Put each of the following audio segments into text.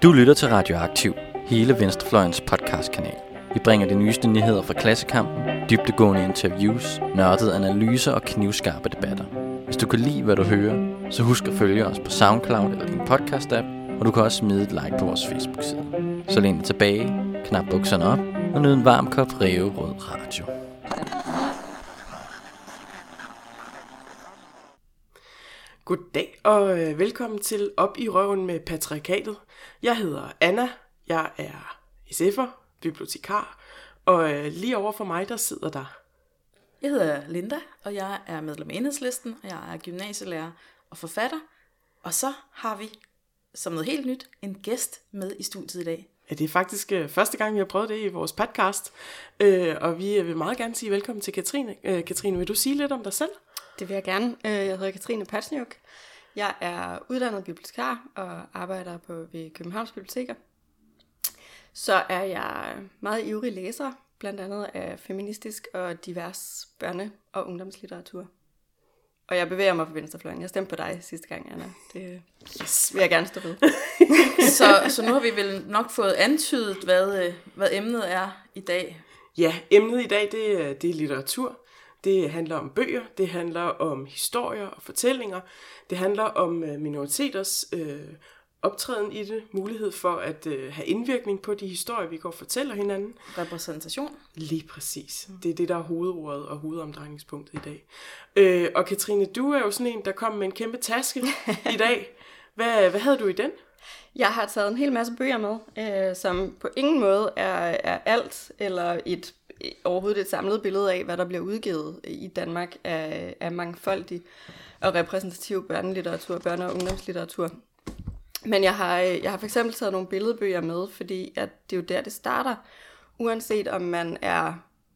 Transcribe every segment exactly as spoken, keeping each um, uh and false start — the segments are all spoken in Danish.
Du lytter til Radioaktiv, hele Venstrefløjens podcastkanal. Vi bringer de nyeste nyheder fra klassekampen, dybdegående interviews, nørdede analyser og knivskarpe debatter. Hvis du kan lide, hvad du hører, så husk at følge os på SoundCloud eller din podcast-app, og du kan også smide et like på vores Facebook-side. Så læn dig tilbage, knap bukserne op og nyd en varm kop ræverød radio. Goddag og øh, velkommen til Op i røven med patriarkatet. Jeg hedder Anna, jeg er S F'er, bibliotekar, og øh, lige over for mig der sidder der. Jeg hedder Linda, og jeg er medlem af Enhedslisten, og jeg er gymnasielærer og forfatter. Og så har vi, som noget helt nyt, en gæst med i studiet i dag. Ja, det er faktisk øh, første gang, vi har prøvet det i vores podcast, øh, og vi vil meget gerne sige velkommen til Katrine. Øh, Katrine, vil du sige lidt om dig selv? Det vil jeg gerne. Jeg hedder Katrine Patsniuk. Jeg er uddannet bibliotekar og arbejder på ved Københavns Biblioteker. Så er jeg meget ivrig læser, blandt andet af feministisk og divers børne- og ungdomslitteratur. Og jeg bevæger mig på venstrefløjen. Jeg stemte på dig sidste gang, Anna. Det yes. vil jeg gerne stå ved. så, så nu har vi vel nok fået antydet, hvad, hvad emnet er i dag. Ja, emnet i dag det, det er litteratur. Det handler om bøger, det handler om historier og fortællinger, det handler om minoriteters øh, optræden i det, mulighed for at øh, have indvirkning på de historier, vi går og fortæller hinanden. Repræsentation. Lige præcis. Det er det, der er hovedordet og hovedomdrejningspunktet i dag. Øh, og Katrine, du er jo sådan en, der kom med en kæmpe taske i dag. Hvad, hvad havde du i den? Jeg har taget en hel masse bøger med, øh, som på ingen måde er, er alt eller et overhovedet et samlet billede af, hvad der bliver udgivet i Danmark af, af mangfoldig og repræsentativ børnelitteratur, børne- og ungdomslitteratur. Men jeg har, jeg har for eksempel taget nogle billedbøger med, fordi at det er jo der, det starter. Uanset om man er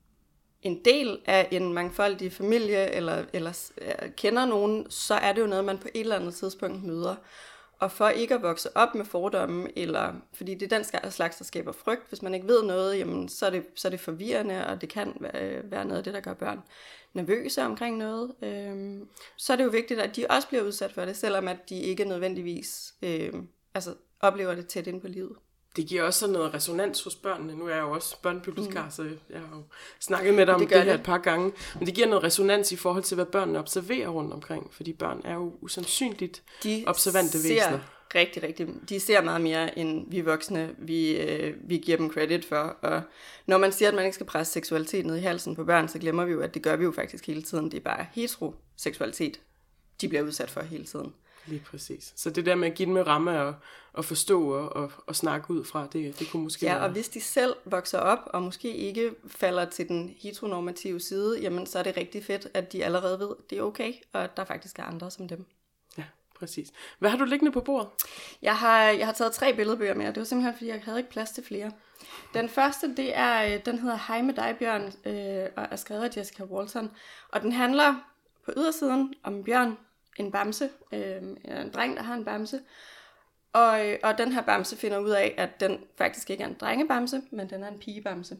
en del af en mangfoldig familie, eller, eller kender nogen, så er det jo noget, man på et eller andet tidspunkt møder. Og for ikke at vokse op med fordomme, eller fordi det er den slags, der skaber frygt, hvis man ikke ved noget, jamen, så, er det, så er det forvirrende, og det kan være, være noget af det, der gør børn nervøse omkring noget. Øhm, så er det jo vigtigt, at de også bliver udsat for det, selvom at de ikke nødvendigvis øhm, altså, oplever det tæt ind på livet. Det giver også sådan noget resonans hos børnene. Nu er jeg jo også børnebibliotekar, mm. så jeg har jo snakket med dig om det, det her det. et par gange. Men det giver noget resonans i forhold til, hvad børnene observerer rundt omkring. Fordi børn er jo usandsynligt de observante væsener. Rigtig, rigtig. De ser meget mere, end vi voksne, vi, øh, vi giver dem credit for. Og når man siger, at man ikke skal presse seksualitet ned i halsen på børn, så glemmer vi jo, at det gør vi jo faktisk hele tiden. Det er bare heteroseksualitet, de bliver udsat for hele tiden. Lige præcis. Så det der med at give dem en ramme og, og forstå og, og, og snakke ud fra, det, det kunne måske ja, være... og hvis de selv vokser op og måske ikke falder til den heteronormative side, jamen så er det rigtig fedt, at de allerede ved, at det er okay, og at der faktisk er andre som dem. Ja, præcis. Hvad har du liggende på bordet? Jeg har, jeg har taget tre billedbøger med, og det var simpelthen, fordi jeg havde ikke plads til flere. Den første, det er, den hedder Hej med dig, Bjørn, øh, og er skrevet af Jessica Walton, og den handler på ydersiden om Bjørn, en bamse, øh, en dreng, der har en bamse. Og, og den her bamse finder ud af, at den faktisk ikke er en drengebamse, men den er en pigebamse.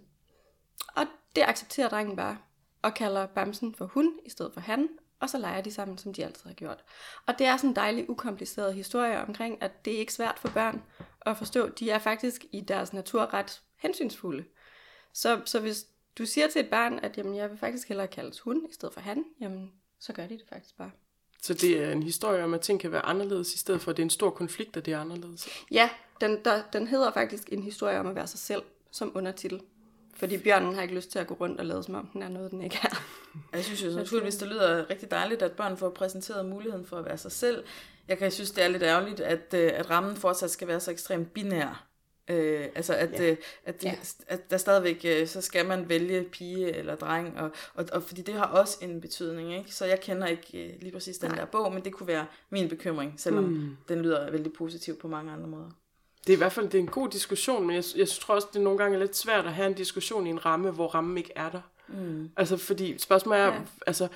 Og det accepterer drengen bare, og kalder bamsen for hun i stedet for han, og så leger de sammen, som de altid har gjort. Og det er sådan en dejlig, ukompliceret historie omkring, at det er ikke svært for børn at forstå. De er faktisk i deres natur ret hensynsfulde. Så, så hvis du siger til et barn, at jamen, jeg vil faktisk hellere kaldes hun i stedet for han, jamen, så gør de det faktisk bare. Så det er en historie om, at ting kan være anderledes, i stedet for, at det er en stor konflikt, at det er anderledes? Ja, den, der, den hedder faktisk en historie om at være sig selv som undertitel. Fordi bjørnen har ikke lyst til at gå rundt og lade som om den er noget, den ikke er. Jeg synes jo naturligvis, det lyder rigtig dejligt, at børn får præsenteret muligheden for at være sig selv. Jeg kan synes, det er lidt ærgerligt, at, at rammen fortsat skal være så ekstremt binær. Øh, altså at, ja. øh, at, de, ja. at der stadigvæk øh, så skal man vælge pige eller dreng og, og, og fordi det har også en betydning, ikke? Så jeg kender ikke øh, lige præcis den Nej. der bog, men det kunne være min bekymring, selvom mm. den lyder vældig positiv på mange andre måder. Det er i hvert fald det er en god diskussion, men jeg, jeg tror også det er nogle gange lidt svært at have en diskussion i en ramme, hvor rammen ikke er der. Mm. Altså fordi spørgsmålet er ja. altså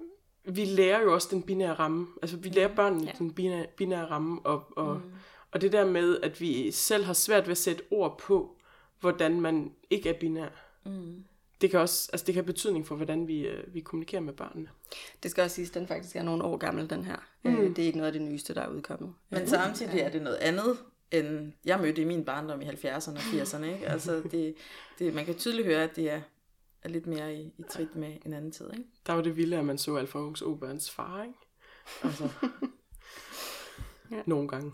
vi lærer jo også den binære ramme, altså vi lærer børnene ja. den binære, binære ramme og, og mm. Og det der med, at vi selv har svært ved at sætte ord på, hvordan man ikke er binær. Mm. Det kan også, altså det kan have betydning for, hvordan vi, øh, vi kommunikerer med børnene. Det skal også siges, at den faktisk er nogle år gammel, den her. Mm. Det er ikke noget af det nyeste, der er udkommet. Men samtidig er det noget andet end jeg mødte i min barndom i halvfjerdserne og firserne. Ikke? Altså, det, det, man kan tydeligt høre, at det er, er lidt mere i, i trit med en anden tid. Ikke? Der var det vilde, at man så Alfons Åbergs far, ikke? Altså, ja. Nogle gange.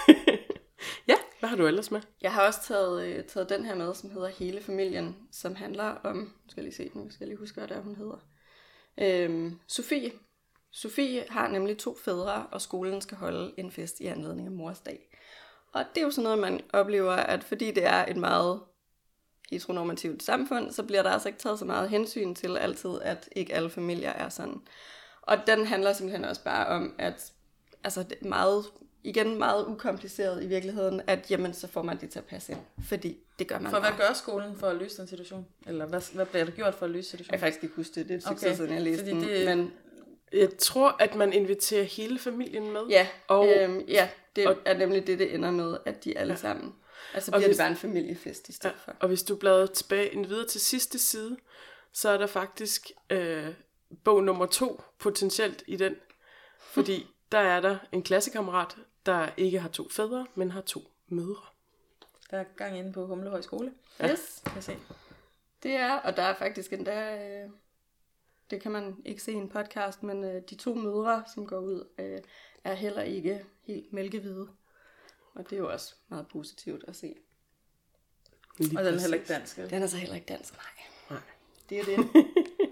Ja, hvad har du ellers med? Jeg har også taget, øh, taget den her med, som hedder Hele Familien, som handler om, nu skal jeg lige se nu, skal jeg lige huske, hvad det er, hun hedder. Øhm, Sofie. Sofie har nemlig to fædre, og skolen skal holde en fest i anledning af mors dag. Og det er jo sådan noget, man oplever, at fordi det er et meget heteronormativt samfund, så bliver der altså ikke taget så meget hensyn til altid, at ikke alle familier er sådan. Og den handler simpelthen også bare om, at altså det er meget, igen meget ukompliceret i virkeligheden, at jamen, så får man det til at passe ind, fordi det gør man For bare. hvad gør skolen for at løse den situation? Eller hvad, hvad bliver der gjort for at løse situationen? Jeg kan faktisk ikke huske det, det er et stykke Okay, siden, jeg læste fordi den, det- men Jeg tror, at man inviterer hele familien med. ja, Og- og, øhm, ja det og- er nemlig det, det ender med, at de alle Ja. sammen, altså Og bliver hvis- det bare en familiefest i stedet for. Og hvis du bladrer tilbage en videre til sidste side, så er der faktisk øh, bog nummer to potentielt i den. Fordi der er der en klassekammerat, der ikke har to fædre, men har to mødre. Der er gang inde på Humlehøj Skole. Ja. Yes, Kan jeg se. det er, og der er faktisk endda, øh, det kan man ikke se i en podcast, men øh, de to mødre, som går ud, øh, er heller ikke helt mælkehvide. Og det er jo også meget positivt at se. Lige Og den er præcis. heller ikke dansk. vel? Den er så heller ikke dansk, nej. Nej. Det er det.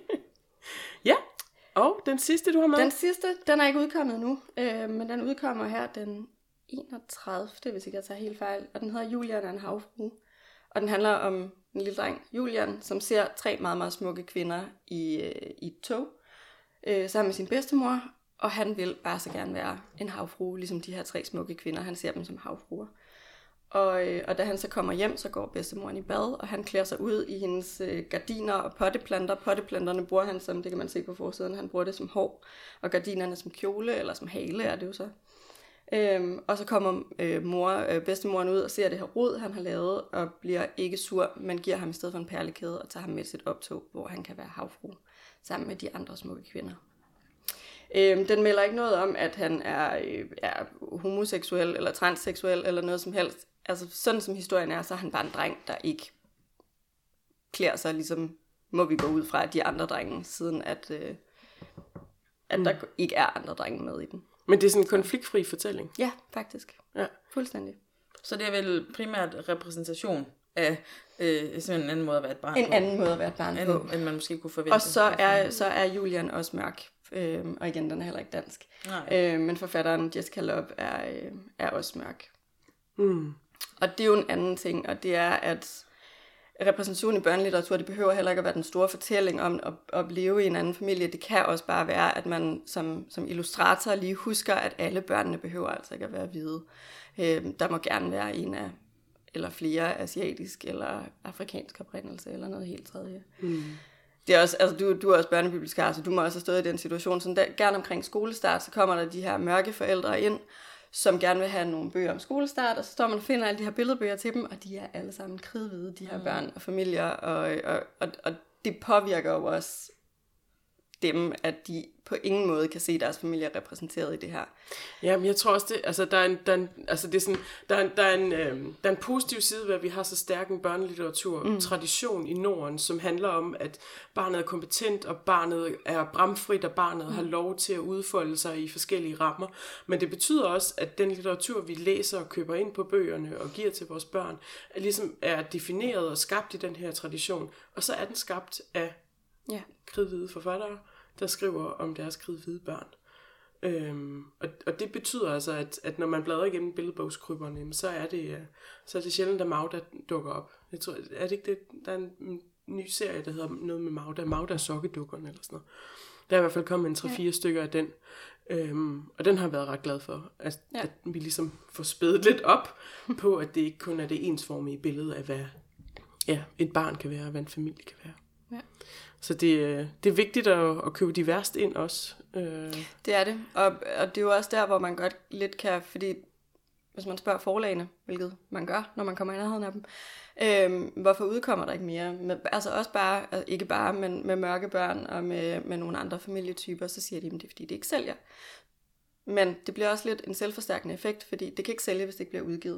Ja, og den sidste, du har med? Den sidste, den er ikke udkommet nu, øh, men den udkommer her den enogtredivte hvis ikke jeg tager helt fejl, og den hedder Julian og en havfrue. Og den handler om en lille dreng, Julian, som ser tre meget, meget smukke kvinder i, øh, i et tog, øh, sammen med sin bedstemor, og han vil bare så gerne være en havfrue, ligesom de her tre smukke kvinder. Han ser dem som havfruer. Og, øh, og da han så kommer hjem, så går bedstemoren i bad, og han klæder sig ud i hendes øh, gardiner og potteplanter. Potteplanterne bruger han som, det kan man se på forsiden, han bruger det som hår, og gardinerne som kjole, eller som hale er det jo så. Øhm, og så kommer øh, mor, øh, bedstemoren ud og ser det her rod, han har lavet, og bliver ikke sur, men giver ham i stedet for en perlekæde og tager ham med til et optog, hvor han kan være havfrue, sammen med de andre smukke kvinder. Øhm, den melder ikke noget om, at han er, øh, er homoseksuel eller transseksuel eller noget som helst. Altså sådan som historien er, så er han bare en dreng, der ikke klæder sig, ligesom må vi gå ud fra de andre drenge, siden at, øh, at mm. der ikke er andre drenge med i den. Men det er sådan en konfliktfri fortælling. Ja, faktisk. Ja. Fuldstændig. Så det er vel primært repræsentation af øh, simpelthen en anden måde at være et barn En på, anden måde at være et barn på. end, end man måske kunne forvente. Og så er, så er Julian også mørk. Øhm, og igen, den er heller ikke dansk. Øhm, men forfatteren Jessica Lobb er, øh, er også mørk. Mm. Og det er jo en anden ting, og det er, at repræsentation i børnelitteratur, det behøver heller ikke at være den store fortælling om at, at leve i en anden familie. Det kan også bare være, at man som, som illustrator lige husker, at alle børnene behøver altså ikke at være hvide. Øhm, der må gerne være en af, eller flere asiatisk eller afrikansk oprindelse, eller noget helt tredje. Mm. Det er også, altså du, du er også børnebibliotekar, så du må også have stået i den situation. Så der, gerne omkring skolestart, så kommer der de her mørke forældre ind, som gerne vil have nogle bøger om skolestart, og så står man og finder alle de her billedbøger til dem, og de er alle sammen kridhvide, de her mm. børn og familier, og, og, og, og det påvirker jo også dem, at de på ingen måde kan se deres familie repræsenteret i det her. Ja, men jeg tror også, det, altså, der er en, der er en, altså, det er sådan, der er en, der er en, øh, der er en positiv side ved, at vi har så stærk en børnelitteratur-tradition mm. i Norden, som handler om, at barnet er kompetent, og barnet er bramfrit, og barnet mm. har lov til at udfolde sig i forskellige rammer. Men det betyder også, at den litteratur, vi læser og køber ind på bøgerne og giver til vores børn, er, ligesom er defineret og skabt i den her tradition. Og så er den skabt af Ja. kridhvide forfattere, der skriver om deres kridhvide børn. Øhm, og, og det betyder altså, at, at når man bladrer igennem billedbogskrybberne, så er det, så er det sjældent, at Magda dukker op. Jeg tror, er det ikke det? Der er en ny serie, der hedder noget med Magda. Magda og sokkedukkerne eller sådan noget. Der er i hvert fald kommet en tre-fire ja. stykker af den. Øhm, og den har jeg været ret glad for, at, ja. at vi ligesom får spædet lidt op på, at det ikke kun er det ensformige billede af, hvad ja, et barn kan være, og hvad en familie kan være. Ja. Så det, det er vigtigt at, at købe diverst ind også. Øh. Det er det, og, og det er jo også der, hvor man godt lidt kan, fordi hvis man spørger forlagene, hvilket man gør, når man kommer i nærheden af dem, øh, hvorfor udkommer der ikke mere? Med, altså også bare, altså ikke bare, men med mørke børn og med, med nogle andre familietyper, så siger de, at det er fordi, det ikke sælger. Men det bliver også lidt en selvforstærkende effekt, fordi det kan ikke sælge, hvis det ikke bliver udgivet.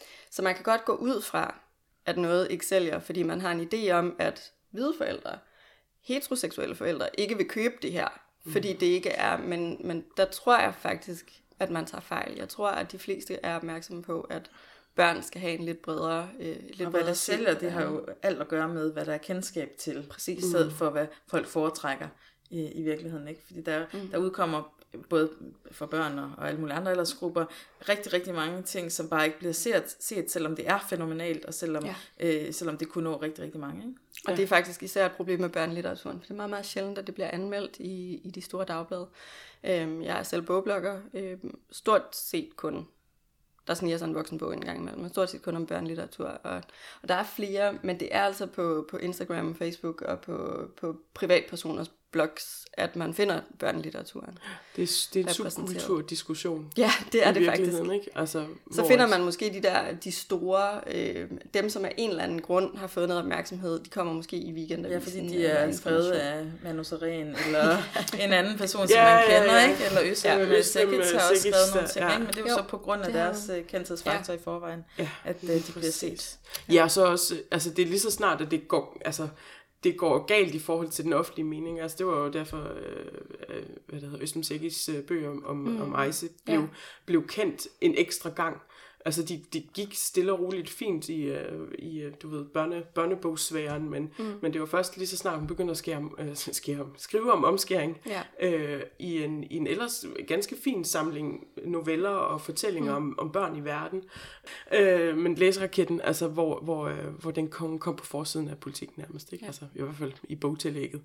Så man kan godt gå ud fra, at noget ikke sælger, fordi man har en idé om, at hvide forældre, heteroseksuelle forældre, ikke vil købe det her, fordi det ikke er, men, men der tror jeg faktisk, at man tager fejl. Jeg tror, at de fleste er opmærksomme på, at børn skal have en lidt bredere øh, lidt og hvad der syn. sælger, det har jo alt at gøre med, hvad der er kendskab til. Præcis. I stedet for, hvad folk foretrækker i, i virkeligheden. Ikke? Fordi der, mm. der udkommer både for børn og alle mulige andre aldersgrupper rigtig, rigtig mange ting, som bare ikke bliver set, set selvom det er fænomenalt, og selvom, ja. øh, selvom det kunne nå rigtig, rigtig mange. Ikke? Og det er faktisk især et problem med børnelitteraturen, for det er meget, meget sjældent, at det bliver anmeldt i, i de store dagblade. Øhm, jeg er selv bogblogger, øhm, stort set kun, der sniger sådan en voksen bog en gang imellem, men stort set kun om børnelitteratur, og, og der er flere, men det er altså på, på Instagram, Facebook og på, på privatpersoners blogs, at man finder børnelitteraturen. Det er, det er en subkulturdiskussion. Ja, det er det faktisk. Ikke? Altså, så finder man måske de der, de store, øh, dem som af en eller anden grund har fået noget opmærksomhed, de kommer måske i weekendavisen. Ja, fordi de er skrevet af Manu Sareen, eller en anden person, som ja, man kender, ja, ja. ikke? Eller Øslem ja, Sækits har også skrevet nogle ting, ja. men det er jo, jo så på grund af det deres uh, kendthedsfaktor ja. i forvejen, ja. at uh, de bliver set. Ja, så også, altså det er lige så snart, at det går, altså det går galt i forhold til den offentlige mening. Altså det var jo derfor, øh, hvad det hedder, Øslem Sækits bøger om, om, mm. om Ejse blev, ja. blev kendt en ekstra gang. Altså de, de gik stille og roligt fint i, uh, i uh, du ved, børne, børnebogssfæren, men, mm. men det var først lige så snart hun begyndte at skære, uh, skære, skrive om omskæring ja. uh, i, en, i en ellers ganske fin samling noveller og fortællinger mm. om, om børn i verden. Uh, men Læseraketten, altså hvor, hvor, uh, hvor den kom, kom på forsiden af Politik nærmest, ikke? Ja. Altså i hvert fald i bogtillægget.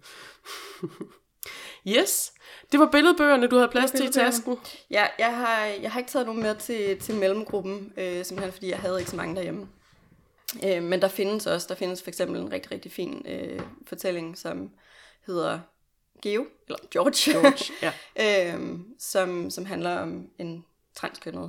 Yes, det var billedbøgerne, du havde plads til i tasken. Ja, jeg har, jeg har ikke taget nogen med til, til mellemgruppen, øh, simpelthen fordi jeg havde ikke så mange derhjemme. Øh, men der findes også, der findes for eksempel en rigtig, rigtig fin øh, fortælling, som hedder Geo, eller George, George ja. øh, som, som handler om en transkønnet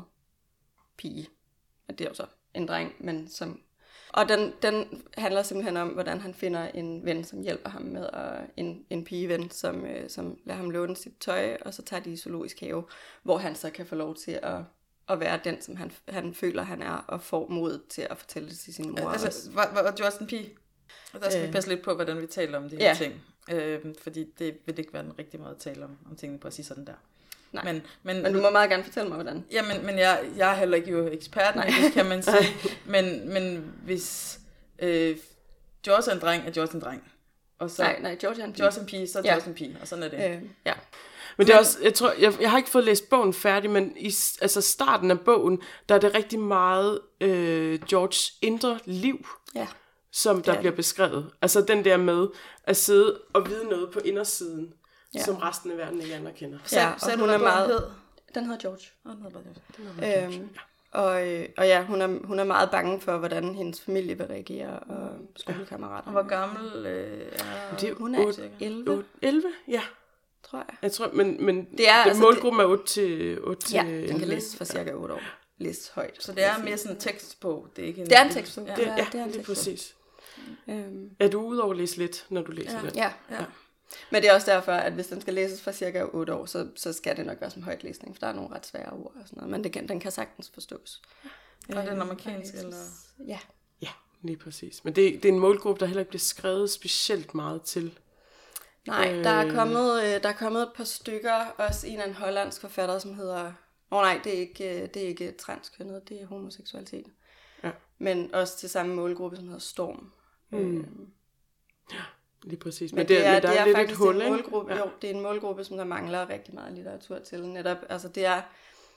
pige. Og det er jo så en dreng, men som... Og den, den handler simpelthen om, hvordan han finder en ven, som hjælper ham med, at, en, en pigeven, som, øh, som lader ham låne sit tøj, og så tager de i zoologisk have, hvor han så kan få lov til at, at være den, som han, han føler, han er, og får mod til at fortælle det til sin mor. Altså, var, var du også en pige? Og der skal øh, vi passe lidt på, hvordan vi taler om de her ja. ting. Øh, fordi det vil ikke være den rigtige måde at tale om, om tingene præcis sådan der. Nej, men, men, men du må meget gerne fortælle mig, hvordan. Ja, men, men jeg, jeg er heller ikke jo eksperten, det kan man sige. men, men hvis øh, George er en dreng, er George en dreng. Og så, nej, nej, George er en pige. George er en pige, så er ja. George en pige, og sådan er det. Øh, ja. Men det er også, jeg tror, jeg, jeg har ikke fået læst bogen færdig, men i altså starten af bogen, der er det rigtig meget øh, Georges indre liv, ja. som der bliver beskrevet. Altså den der med at sidde og vide noget på indersiden. Ja. Som resten af verden ikke anerkender. Ja, og, og hun er meget... Hed? Den hedder George. Oh, den hedder George. Den hedder George. Øhm, og, og ja, hun er, hun er meget bange for, hvordan hendes familie vil reagere, og skolekammerater. Og hvor gammel øh, er det? Hun er elleve. elleve, ja. Tror jeg. Jeg tror, men, men det er, altså, målgruppen er otte til otte ja, til den kan læses fra cirka otte år. Læses højt. Så det er mere sådan en tekstbog. Det er ikke en... Det er en tekstbog. Ja, det, ja, det er en tekstbog. Præcis. Øhm. Er du ude over at læse lidt, når du læser ja. det? Ja, ja. ja. Men det er også derfor, at hvis den skal læses fra cirka otte år, så, så skal det nok være som højtlæsning, for der er nogle ret svære ord og sådan noget, men det kan, den kan sagtens forstås. Og øh, den amerikansk, eller? Ja. Ja, lige præcis. Men det, det er en målgruppe, der heller ikke bliver skrevet specielt meget til. Nej, øh... der, er kommet, der er kommet et par stykker, også en af en hollandsk forfatter, som hedder... Åh oh, nej, det er ikke, det er ikke transkønnet, det er homoseksualitet. Ja. Men også til samme målgruppe, som hedder Storm. Mm. Øh, ja. Lige præcis. Men, men det er, men der det er, er lidt faktisk et hul, en målgruppe, ja. Jo, det er en målgruppe, som der mangler rigtig meget litteratur til. Netop, altså det er,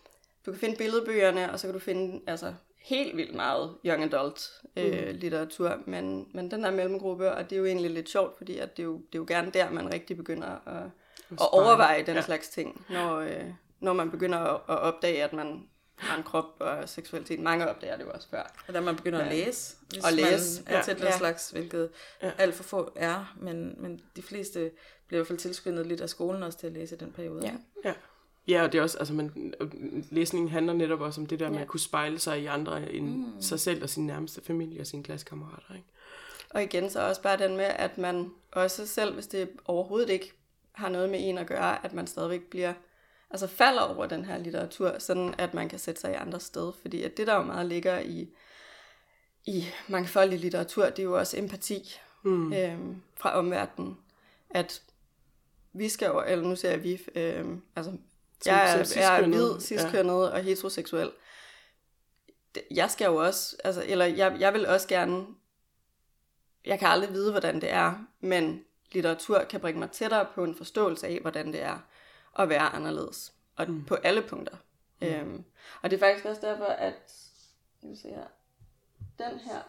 du kan finde billedbøgerne, og så kan du finde altså, helt vildt meget young adult øh, mm. litteratur, men, men den der mellemgruppe, og det er jo egentlig lidt sjovt, fordi at det, er jo, det er jo gerne der, man rigtig begynder at, at overveje den ja. slags ting, når, øh, når man begynder at, at opdage, at man har en krop og seksualitet. Mange opdager det jo også før. Og da man begynder ja. at læse, hvis og læse, man er til ja. den slags, hvilket ja. alt for få er, men, men de fleste bliver i hvert fald tilskyndet lidt af skolen også til at læse den periode. Ja, ja. Ja, og det er også, altså man, læsningen handler netop også om det der med ja. at kunne spejle sig i andre end mm. sig selv og sin nærmeste familie og sine klassekammerater, ikke? Og igen så også bare den med, at man også selv, hvis det overhovedet ikke har noget med en at gøre, at man stadigvæk bliver, altså falder over den her litteratur, sådan at man kan sætte sig i andre sted. Fordi at det, der jo meget ligger i, i mangfoldig litteratur, det er jo også empati mm. øhm, fra omverdenen. At vi skal jo, eller nu siger jeg vi, øhm, altså jeg er, jeg er hvid, ciskønnet ja. og heteroseksuel. Jeg skal jo også, altså, eller jeg, jeg vil også gerne, jeg kan aldrig vide, hvordan det er, men litteratur kan bringe mig tættere på en forståelse af, hvordan det er at være anderledes. Og mm. på alle punkter. Mm. Øhm, og det er faktisk også derfor, at jeg se her, den her,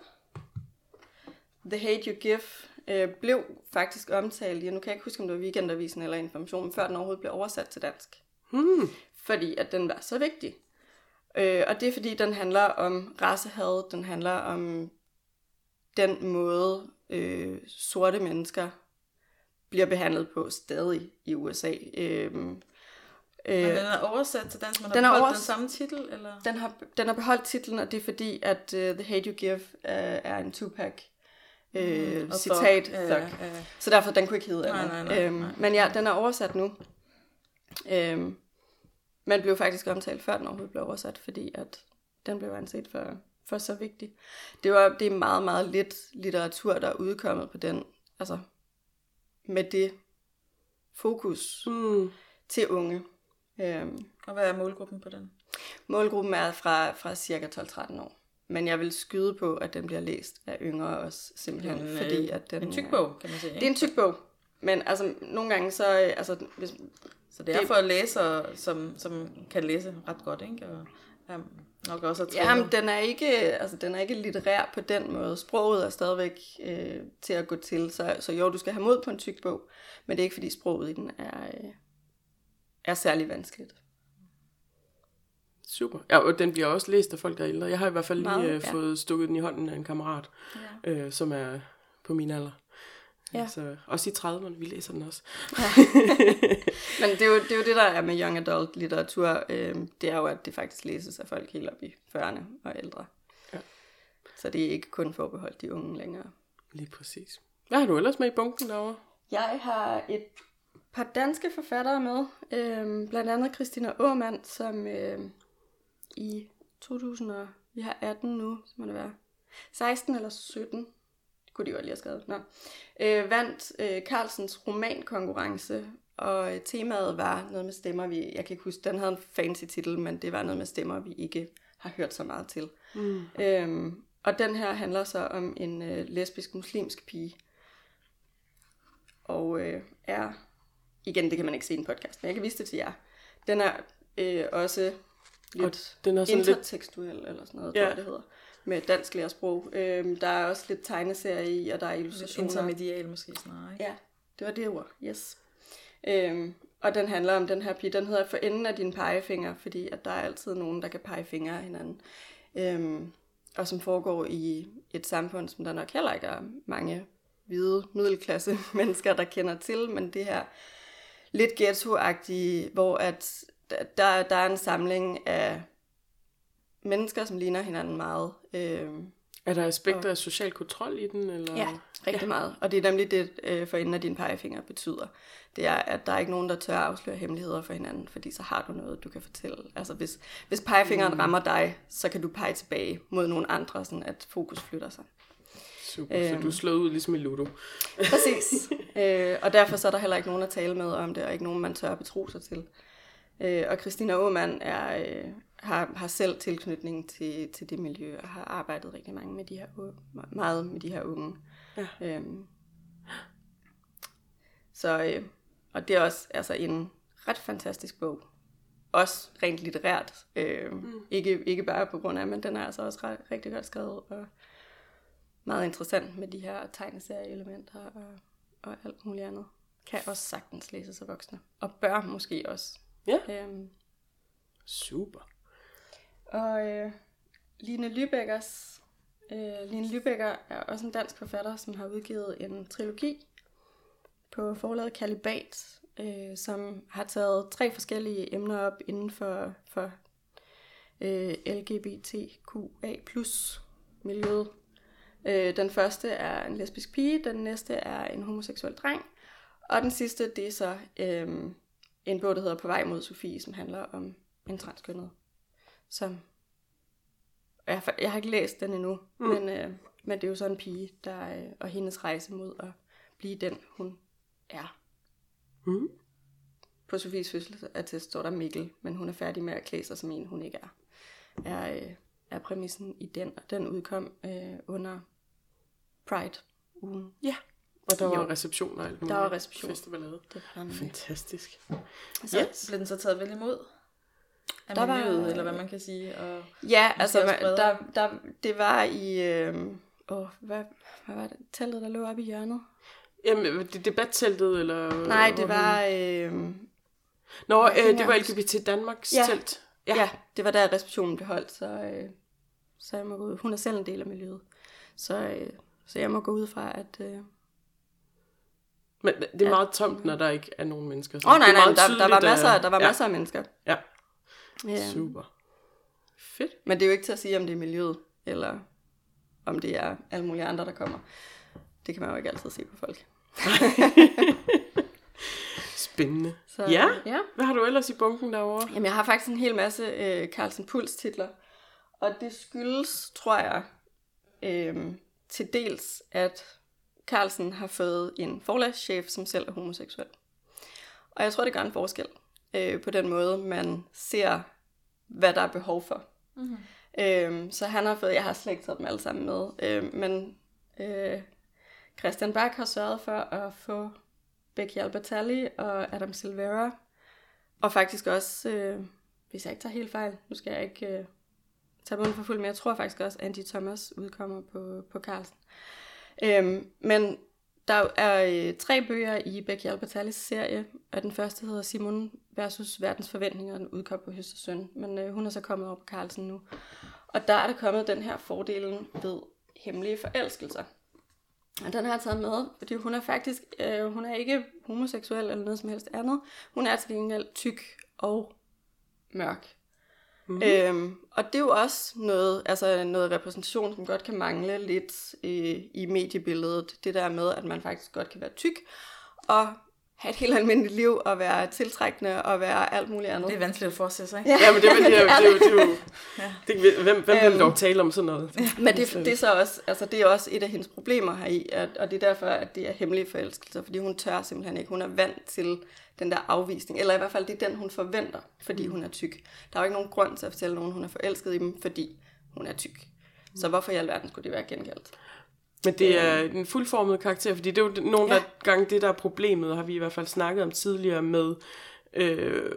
The Hate You Give, øh, blev faktisk omtalt, jeg nu kan jeg ikke huske, om det var Weekendavisen eller Information, før den overhovedet blev oversat til dansk. Mm. Fordi at den var så vigtig. Øh, og det er fordi, den handler om racehad, den handler om den måde, øh, sorte mennesker bliver behandlet på stadig i U S A. Øh, Men den er oversat til dansk, men den har beholdt overs- den samme titel? Eller? Den har, den har beholdt titlen, og det er fordi, at uh, The Hate You Give uh, er en Tupac uh, mm, citat. Thug. Ja, ja, ja. Så derfor, den kunne ikke hedde nej, nej, nej, øhm, nej. Men ja, den er oversat nu. Øhm, men blev faktisk omtalt, før den overhovedet blev oversat, fordi at den blev anset for, for så vigtig. Det, var, det er meget, meget lidt litteratur, der er udkommet på den, altså med det fokus mm. til unge. Øhm, og hvad er målgruppen på den? Målgruppen er fra, fra cirka tolv tretten år. Men jeg vil skyde på, at den bliver læst af yngre også, simpelthen. En, fordi at den, en tyk bog, kan man sige. Det er en tyk bog. Men altså, nogle gange så... Altså, hvis, så det er det, for læsere, som, som kan læse ret godt, ikke? Og ja, nok også at jamen, den er ikke, altså, den er ikke litterær på den måde. Sproget er stadigvæk øh, til at gå til. Så, så jo, du skal have mod på en tyk bog. Men det er ikke, fordi sproget i den er, øh, er særlig vanskeligt. Super. Ja, og den bliver også læst af folk, der er ældre. Jeg har i hvert fald lige Meget, øh, ja. fået stukket den i hånden af en kammerat, ja. øh, som er på min alder. Ja. Så også i trediverne, vi læser den også. Ja. Men det er, jo, det er jo det, der er med young adult litteratur. Øh, det er jo, at det faktisk læses af folk helt op i fyrrerne og ældre. Ja. Så det er ikke kun forbeholdt de unge længere. Lige præcis. Hvad har du ellers med i bunken derovre? Jeg har et par danske forfattere med. Øh, blandt andet Christina Aamand, som øh, i to tusind og vi har atten nu, så må det være seksten eller sytten, kunne de jo lige have skrevet. Nå. Øh, vandt øh, Carlsens romankonkurrence, og øh, temaet var noget med stemmer, vi, jeg kan ikke huske, den havde en fancy titel, men det var noget med stemmer, vi ikke har hørt så meget til. Mm. Øhm, og den her handler så om en øh, lesbisk muslimsk pige, og øh, er, igen, det kan man ikke se i en podcast, men jeg kan vise det til jer. Den er øh, også lidt den er intertekstuel, lidt... eller sådan noget, ja. Tror jeg, det hedder. Med dansk lærersprog. Øhm, der er også lidt tegneserie i, og der er illustrationer. Intermedial måske snarere, ikke? Ja, det var det ord, yes. Øhm, og den handler om den her pige, den hedder For enden af dine pegefinger, fordi at der er altid nogen, der kan pege fingre af hinanden. Øhm, og som foregår i et samfund, som der nok heller ikke er mange hvide middelklasse mennesker, der kender til, men det her lidt ghetto-agtige, hvor at der, der er en samling af mennesker, som ligner hinanden meget. Øh, er der aspekter og... af social kontrol i den? Eller? Ja, rigtig ja. meget. Og det er nemlig det, øh, for enden af dine pegefinger betyder. Det er, at der er ikke nogen, der tør afsløre hemmeligheder for hinanden, fordi så har du noget, du kan fortælle. Altså hvis, hvis pegefingeren mm. rammer dig, så kan du pege tilbage mod nogle andre, sådan at fokus flytter sig. Super, øhm, så du slår ud ligesom i Ludo. Præcis. øh, og derfor så er der heller ikke nogen at tale med om det, og ikke nogen, man tør betro sig til. Øh, og Christina Aamand er... Øh, Har, har selv tilknytning til, til det miljø, og har arbejdet rigtig mange med de her, meget med de her unge. Ja. Øhm, så, øh, og det er også altså, en ret fantastisk bog. Også rent litterært. Øh, mm. ikke, ikke bare på grund af, men den er altså også ret, rigtig godt skrevet, og meget interessant med de her tegneserieelementer, og, og alt muligt andet. Kan også sagtens læses af voksne. Og bør måske også. Ja. Øhm, Super. Og øh, Line Lybeckers, øh, Line Lybecker er også en dansk forfatter, som har udgivet en trilogi på forlaget Kalibat, øh, som har taget tre forskellige emner op inden for, for øh, L G B T Q A plus miljøet. Øh, den første er en lesbisk pige, den næste er en homoseksuel dreng, og den sidste, det er så øh, en bog, der hedder På vej mod Sofie, som handler om en transkønnet, som jeg, jeg har ikke læst den endnu, mm. men, øh, men det er jo sådan en pige, der, øh, og hendes rejse mod at blive den, hun er. Mm. På Sofies fødselsattest står der Mikkel, men hun er færdig med at klæde sig som en, hun ikke er. Er, øh, er præmissen i den, og den udkom øh, under Pride-ugen. Ja, og der var receptioner og alt muligt. Der var reception. Festivalet. Det var fantastisk. Så yes. Blev den så taget vel imod af der miljøet, var, eller hvad man kan sige? Og ja, altså der, der, det var i, øh, åh, hvad, hvad var det? Teltet, der lå oppe i hjørnet? Jamen, det debatteltet, eller? Nej, det var... Øh, Nå, øh, det var L G B T Danmarks ja. telt. Ja. ja, det var der receptionen blev holdt, så, øh, så jeg må gå ud. Hun er selv en del af miljøet, så, øh, så jeg må gå ud fra, at... Øh, Men det er meget tomt, når der ikke er nogen mennesker. Åh oh, nej, nej, der, der var masser, der var ja. masser af mennesker. Ja, ja. Super. Fedt. Men det er jo ikke til at sige, om det er miljøet, eller om det er alle mulige andre, der kommer. Det kan man jo ikke altid se på folk. Spændende. Så, ja? ja, hvad har du ellers i bunken derovre? Jamen, jeg har faktisk en hel masse øh, Carlsen Puls titler, og det skyldes, tror jeg, øh, til dels, at Carlsen har fået en forlagschef, som selv er homoseksuel. Og jeg tror, det gør en forskel øh, på den måde, man ser, hvad der er behov for. Mm-hmm. Øh, så han har fået, jeg har slet ikke taget dem alle sammen med, øh, men øh, Christian Bach har sørget for at få Becky Albertalli og Adam Silvera, og faktisk også, øh, hvis jeg ikke tager helt fejl, nu skal jeg ikke øh, tage munden for fuld, men jeg tror faktisk også, at Angie Thomas udkommer på, på Carlsen. Øhm, men der er øh, tre bøger i Becky Albertallis serie, og den første hedder Simon versus verdens forventninger, og den udkom på Høst og Søn, men øh, hun er så kommet over på Carlsen nu. Og der er der kommet den her fordelen ved hemmelige forelskelser. Og den har jeg taget med, fordi hun er faktisk, øh, hun er ikke homoseksuel eller noget som helst andet. Hun er til gengæld tyk og mørk. Mm-hmm. Øhm, og det er jo også noget, altså noget repræsentation, som godt kan mangle lidt øh, i mediebilledet. Det der med, at man faktisk godt kan være tyk og have et helt almindeligt liv og være tiltrækkende og være alt muligt andet. Det er vanskeligt at forestille sig, ikke? Ja, ja men det, det, det, det, det, det, det, det, det, det, hvem, hvem vil dog tale om sådan noget? Men det, det er så også, altså det er også et af hendes problemer heri, at, og det er derfor, at det er hemmelige forelskelser, fordi hun tør simpelthen ikke. Hun er vant til den der afvisning, eller i hvert fald det er den, hun forventer, fordi hun er tyk. Der er jo ikke nogen grund til at fortælle nogen, hun er forelsket i dem, fordi hun er tyk. Så hvorfor i alverden skulle det være gengældt? Men det er en fuldformet karakter, fordi det er jo nogle ja. gange det, der er problemet, har vi i hvert fald snakket om tidligere med øh,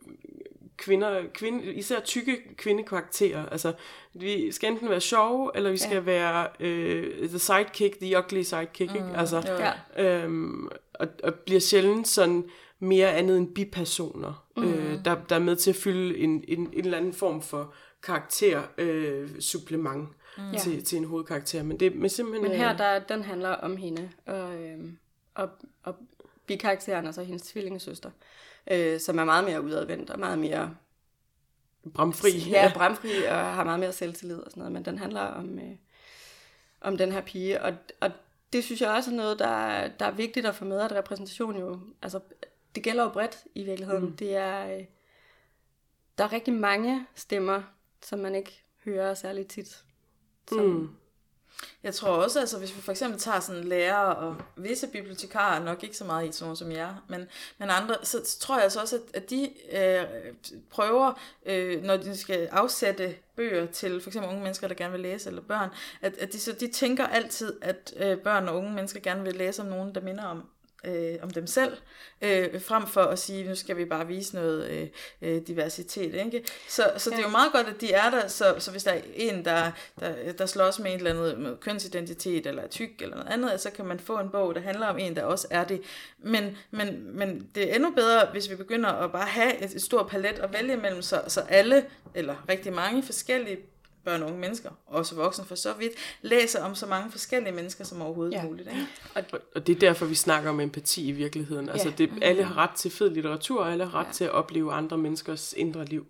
kvinder, kvinde, især tykke kvindekarakterer. Altså, vi skal enten være sjove, eller vi skal ja. være øh, the sidekick, the ugly sidekick, mm, ikke? Altså, ja. øhm, og, og bliver sjældent sådan mere andet end bipersoner, mm. øh, der, der er med til at fylde en, en, en eller anden form for karakter øh, supplement. Mm. Til, til en hovedkarakter, men det men simpelthen... Men her, der, den handler om hende, og, øhm, og, og bikarakteren, altså hendes tvillingesøster, øh, som er meget mere udadvendt, og meget mere... Bramfri. Ja, bramfri, og har meget mere selvtillid og sådan noget, men den handler om, øh, om den her pige, og, og det synes jeg også er noget, der, der er vigtigt at få med, at repræsentation jo, altså, det gælder jo bredt i virkeligheden. Mm. Det er, øh, der er rigtig mange stemmer, som man ikke hører særlig tit. Mm. Jeg tror også, altså hvis vi for eksempel tager sådan lærere og visse bibliotekarer, nok ikke så meget i sådan som jeg, men, men andre, så tror jeg altså også, at, at de øh, prøver, øh, når de skal afsætte bøger til for eksempel unge mennesker, der gerne vil læse, eller børn, at, at de, så de tænker altid, at øh, børn og unge mennesker gerne vil læse om nogen, der minder om Øh, om dem selv, øh, frem for at sige, nu skal vi bare vise noget øh, diversitet, ikke? Så, så det er jo meget godt, at de er der, så, så hvis der er en, der, der, der slås med et eller andet med kønsidentitet, eller er tyk, eller noget andet, så kan man få en bog, der handler om en, der også er det. Men, men, men det er endnu bedre, hvis vi begynder at bare have et, et stort palet at vælge imellem, så, så alle, eller rigtig mange forskellige børn og unge mennesker, også voksne for så vidt, læser om så mange forskellige mennesker som overhovedet ja. muligt. Ikke? Og, og det er derfor, vi snakker om empati i virkeligheden. Altså, det, alle har ret til fed litteratur, og alle har ret ja. til at opleve andre menneskers indre liv.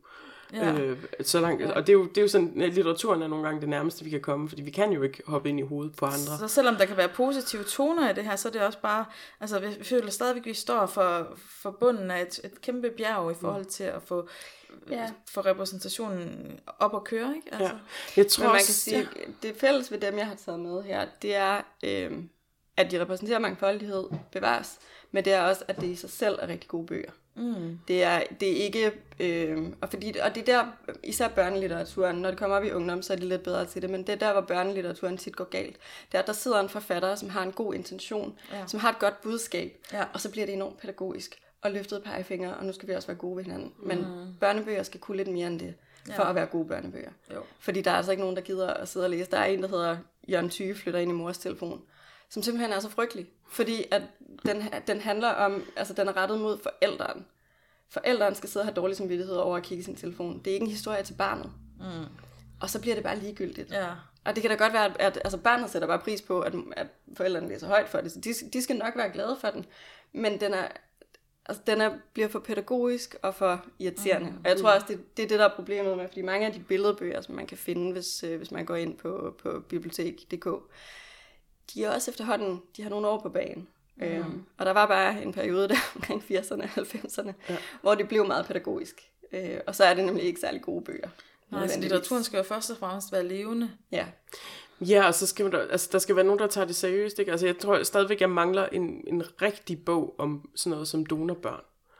Ja. Øh, så langt, og det er, jo, det er jo sådan, at litteraturen er nogle gange det nærmeste, vi kan komme, fordi vi kan jo ikke hoppe ind i hovedet på andre. Så selvom der kan være positive toner i det her, så er det også bare, altså vi føler stadigvæk, at vi står for, for bunden af et, et kæmpe bjerg i forhold til at få, ja. få repræsentationen op at køre, ikke? Altså. Ja. Jeg tror Men man også, kan sige, ja. det fælles ved dem, jeg har taget med her, det er, øh, at de repræsenterer mangfoldighed, bevares, men det er også, at det i sig selv er rigtig gode bøger. Mm. Det, er, det er ikke, øh, og, fordi, og det er der, især børnelitteraturen, når det kommer op i ungdom, så er de lidt bedre til det, men det er der, hvor børnelitteraturen tit går galt. Det er, at der sidder en forfatter, som har en god intention, ja. som har et godt budskab, ja. og så bliver det enormt pædagogisk, og løftet pegefinger, og nu skal vi også være gode ved hinanden. Mm. Men børnebøger skal kunne lidt mere end det, for ja. at være gode børnebøger. Jo. Fordi der er altså ikke nogen, der gider at sidde og læse. Der er en, der hedder Jørgen Thyge, flytter ind i mors telefon, som simpelthen er så frygtelig, fordi at den, den handler om, altså den er rettet mod forældren. Forældren skal sidde og have dårlig samvittighed over at kigge i sin telefon. Det er ikke en historie til barnet. Mm. Og så bliver det bare ligegyldigt. Ja. Og det kan da godt være, at, at altså barnet sætter bare pris på, at, at forældrene læser højt for det, så de, de skal nok være glade for den. Men den er, altså den er, bliver for pædagogisk og for irriterende. Mm. Og jeg tror også, det, det er det, der er problemet med, fordi mange af de billedbøger, som man kan finde, hvis, øh, hvis man går ind på, på bibliotek punktum d k, de er også efterhånden, de har nogle år på banen. Mm. Øhm, og der var bare en periode der omkring firserne og halvfemserne, ja. hvor det blev meget pædagogisk. Øh, og så er det nemlig ikke særlig gode bøger. Nej, så litteraturen skal jo først og fremmest være levende. Ja. Ja, og så skal man, altså, der skal være nogen, der tager det seriøst. Ikke? Altså, jeg tror stadigvæk, jeg mangler en, en rigtig bog om sådan noget som donorbørn.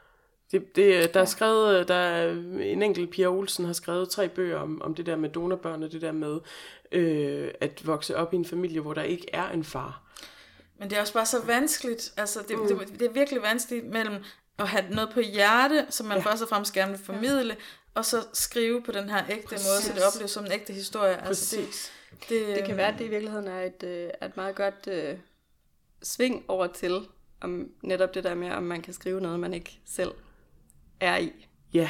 Det, det, der er skrevet, der er en enkelt Pia Olsen har skrevet tre bøger om, om det der med donorbørn, og det der med øh, at vokse op i en familie, hvor der ikke er en far. Men det er også bare så vanskeligt, altså det, mm. det, det er virkelig vanskeligt mellem at have noget på hjerte, som man ja. først og fremmest gerne vil formidle, ja. og så skrive på den her ægte Præcis. måde, så det opleves som en ægte historie. Altså det, det, det kan være, at det i virkeligheden er et, et meget godt uh, sving over til, om netop det der med, om man kan skrive noget, man ikke selv er i. Ja.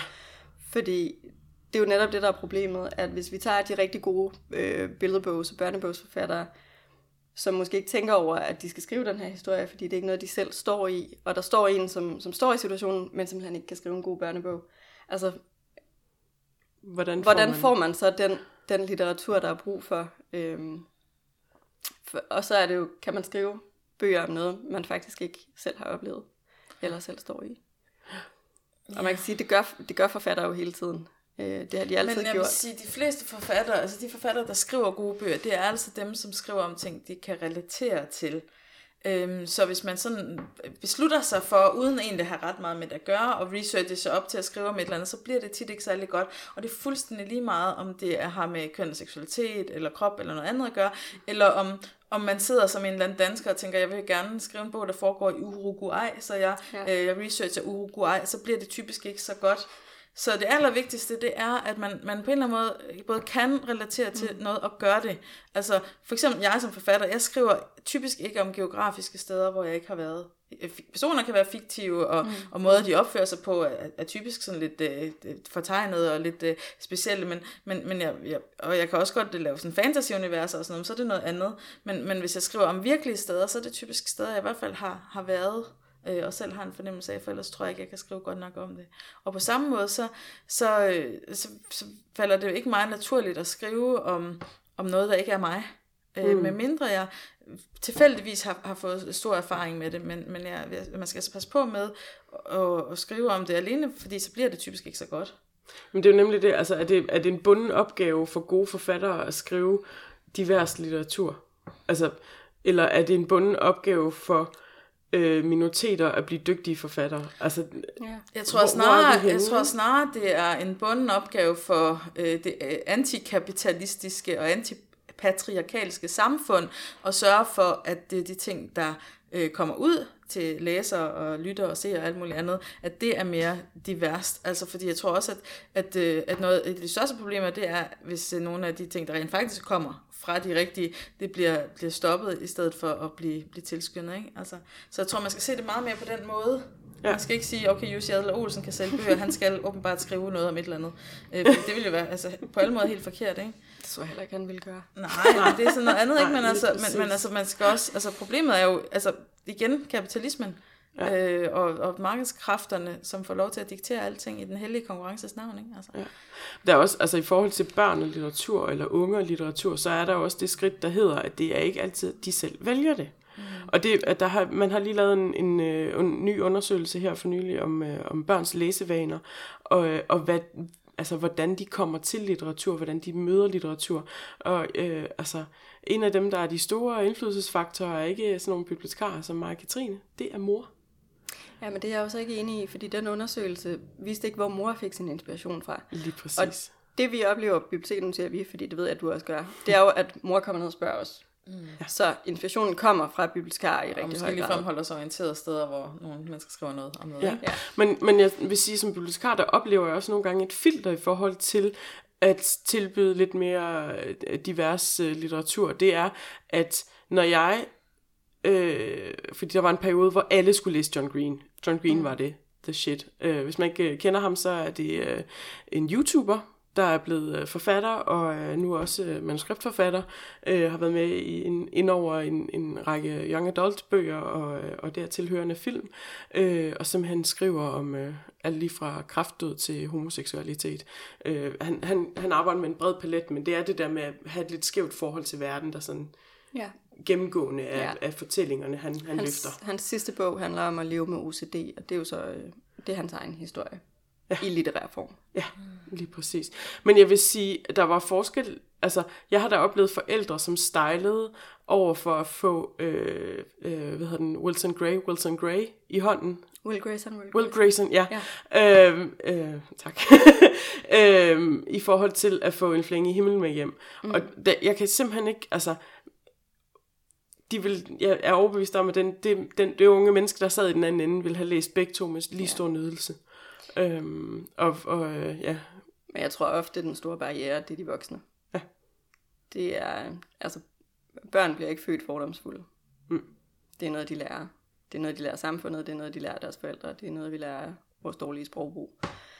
Fordi det er jo netop det, der er problemet, at hvis vi tager de rigtig gode øh, billedbogs- og børnebogsforfattere, som måske ikke tænker over, at de skal skrive den her historie, fordi det er ikke noget, de selv står i, og der står en, som, som står i situationen, men simpelthen ikke kan skrive en god børnebog. Altså, hvordan får, hvordan man... får man så den, den litteratur, der er brug for? Øhm, for? Og så er det jo, kan man skrive bøger om noget, man faktisk ikke selv har oplevet, eller selv står i. Ja. Og man kan sige, det gør, det gør forfattere jo hele tiden. Det har de altid gjort. Men jeg vil sige, de fleste forfattere, altså de forfattere, der skriver gode bøger, det er altså dem, som skriver om ting, de kan relatere til. Øhm, så hvis man sådan beslutter sig for, uden egentlig at have ret meget med det at gøre, og researche sig op til at skrive om et eller andet, så bliver det tit ikke særlig godt. Og det er fuldstændig lige meget, om det har med køn og seksualitet, eller krop, eller noget andet at gøre, eller om, om man sidder som en eller anden dansker og tænker, jeg vil gerne skrive en bog, der foregår i Uruguay, så jeg, ja. øh, jeg researcher Uruguay, så bliver det typisk ikke så godt. Så det allervigtigste, det er, at man, man på en eller anden måde både kan relatere til mm. noget og gøre det. Altså, for eksempel jeg som forfatter, jeg skriver typisk ikke om geografiske steder, hvor jeg ikke har været. Personer kan være fiktive, og, mm. og måder, de opfører sig på, er, er typisk sådan lidt øh, fortegnet og lidt øh, specielle, men, men, men jeg, jeg, og jeg kan også godt lave sådan fantasy-universer og sådan noget, så er det noget andet. Men, men hvis jeg skriver om virkelige steder, så er det typisk steder, jeg i hvert fald har, har været, og selv har en fornemmelse af, for ellers tror jeg ikke, jeg kan skrive godt nok om det. Og på samme måde, så, så, så, så falder det jo ikke meget naturligt at skrive om, om noget, der ikke er mig. Mm. Øh, med mindre jeg tilfældigvis har, har fået stor erfaring med det, men, men jeg, man skal altså passe på med at, at skrive om det alene, fordi så bliver det typisk ikke så godt. Men det er jo nemlig det, altså er det, er det en bunden opgave for gode forfattere at skrive divers litteratur? Altså, eller er det en bunden opgave for minoriteter at blive dygtige forfattere? Altså, ja. jeg, tror snarere, jeg tror snarere, det er en bunden opgave for øh, det antikapitalistiske og antipatriarkalske samfund at sørge for, at det er de ting, der øh, kommer ud til læsere og lyttere og seere og alt muligt andet, at det er mere diverst. Altså, fordi jeg tror også, at, at, at noget af de største problemer, det er, hvis nogle af de ting, der rent faktisk kommer fra de rigtige, det bliver, bliver stoppet, i stedet for at blive, blive tilskyndet, ikke? Altså, så jeg tror, man skal se det meget mere på den måde. Ja. Man skal ikke sige, okay, Jussi Adler Olsen kan sælge bøger, han skal åbenbart skrive noget om et eller andet. Øh, det vil jo være altså, på alle måder helt forkert, ikke? Det tror jeg heller ikke, han ville gøre. Nej, det er sådan noget andet, ikke? Men, altså, men, men altså, man skal også, altså problemet er jo, altså igen, kapitalismen, Ja. Øh, og, og markedskræfterne, som får lov til at diktere alting i den hellige konkurrences navn. Ikke? Altså. Ja. Der er også, altså i forhold til børn og litteratur, eller unge og litteratur, så er der også det skridt, der hedder, at det er ikke altid, de selv vælger det. Mm. Og det, at der har, man har lige lavet en, en, en ny undersøgelse her for nylig om, om børns læsevaner, og, og hvad, altså, hvordan de kommer til litteratur, hvordan de møder litteratur. Og øh, altså, en af dem, der er de store indflydelsesfaktorer, er ikke sådan nogle bibliotekarer som mig og Katrine, det er mor. Ja, men det er jeg også ikke enig i, fordi den undersøgelse viste ikke, hvor mor fik sin inspiration fra. Lige præcis. Og det vi oplever på biblioteket, siger vi, fordi det ved jeg, at du også gør, det er jo, at mor kommer ned og spørger os. Mm. Ja. Så inspirationen kommer fra bibliotekarer i rigtig høj grad. Og måske lige fremholder sig orienterede steder, hvor nogle mennesker skriver noget om noget. Ja. Ja. Men, men jeg vil sige, som bibliotekar, der oplever jeg også nogle gange et filter i forhold til at tilbyde lidt mere divers litteratur. Det er, at når jeg... Øh, fordi der var en periode, hvor alle skulle læse John Green. John Green mm. var det, the shit. Øh, hvis man ikke kender ham, så er det øh, en YouTuber, der er blevet forfatter, og øh, nu også øh, manuskriptforfatter, øh, har været med i en, ind over en, en række young adult bøger, og, og dertilhørende film, øh, og simpelthen skriver om øh, alt lige fra kræftdød til homoseksualitet. Øh, han, han, han arbejder med en bred palet, men det er det der med at have et lidt skævt forhold til verden, der sådan... Ja. gennemgående af, ja. af fortællingerne, han, han hans, løfter. Hans sidste bog handler om at leve med O C D, og det er jo så det er hans egen historie ja. i litterær form. Ja, lige præcis. Men jeg vil sige, at der var forskel, altså jeg har da oplevet forældre, som stylede over for at få, øh, øh, hvad hedder den, Wilson Gray, Wilson Gray i hånden. Will Grayson, Will Grayson. Will Grayson, ja. ja. Øh, øh, tak. øh, I forhold til at få En flænge i himlen med hjem. Mm. Og da, jeg kan simpelthen ikke, altså de vil, jeg er overbevist om, at den, det, den, det unge menneske, der sad i den anden ende, ville have læst begge to med lige stor nydelse. Øhm, og, og, ja. Men jeg tror ofte, at den store barriere, det er de voksne. Ja. Det er, altså, børn bliver ikke født fordomsfulde. Mm. Det er noget, de lærer. Det er noget, de lærer samfundet, det er noget, de lærer deres forældre, det er noget, vi lærer vores dårlige sprogbrug.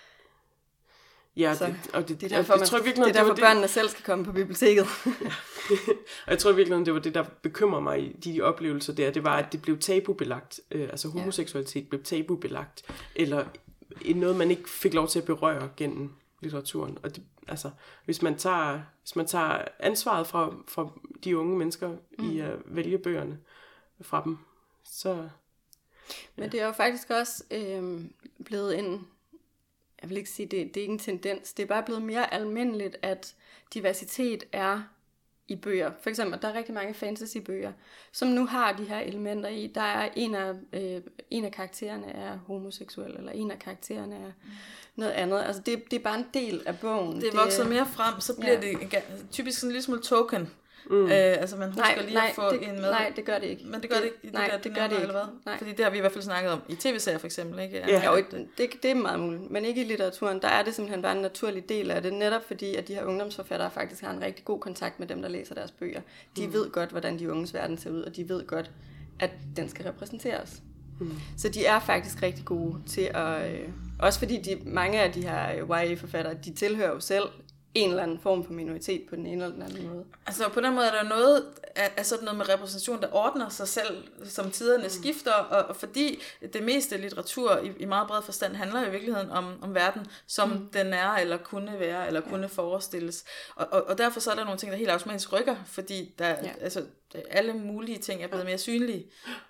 Ja, så, det, og det, det er derfor, jeg, man, tror virkelig, det er derfor det, børnene selv skal komme på biblioteket. Ja. Og jeg tror virkelig, det var det, der bekymrer mig i de oplevelser der. Det var, at det blev tabubelagt. Øh, altså homoseksualitet ja. blev tabubelagt. Eller noget, man ikke fik lov til at berøre gennem litteraturen. Og det, altså, hvis man tager, hvis man tager ansvaret fra, fra de unge mennesker mm. i at vælge bøgerne fra dem, så... Ja. Men det er jo faktisk også øh, blevet en... Jeg vil ikke sige, det, det er ikke en tendens. Det er bare blevet mere almindeligt, at diversitet er i bøger. For eksempel, der er rigtig mange fantasybøger, som nu har de her elementer i. Der er en af, øh, en af karaktererne er homoseksuel, eller en af karaktererne er noget andet. Altså, det, det er bare en del af bogen. Det vokser det, mere frem, så bliver ja. det typisk sådan en lille smule token. Mm. Øh, altså man husker nej, lige nej, at få det, en med. Nej, det gør det ikke. Men det gør det, det ikke. Nej, der, det, det gør det ikke. Eller hvad? Nej. Fordi det har vi i hvert fald snakket om i tv-serier for eksempel, ikke? Ja, ja. Jo, det, det er meget muligt. Men ikke i litteraturen. Der er det simpelthen bare en naturlig del af det. Netop fordi, at de her ungdomsforfattere faktisk har en rigtig god kontakt med dem, der læser deres bøger. De mm. ved godt, hvordan de unges verden ser ud, og de ved godt, at den skal repræsenteres. Mm. Så de er faktisk rigtig gode til at... Øh, også fordi de, mange af de her Y A-forfattere, de tilhører jo selv en eller anden form for minoritet på den ene eller den anden måde. Altså på den måde er der noget af, af sådan noget med repræsentation, der ordner sig selv, som tiderne mm. skifter, og, og fordi det meste litteratur i, i meget bred forstand handler jo i virkeligheden om, om verden, som mm. den er, eller kunne være, eller kunne ja. forestilles. Og, og, og derfor så er der nogle ting, der helt automatisk rykker, fordi der, ja. altså, alle mulige ting er blevet mere synlige.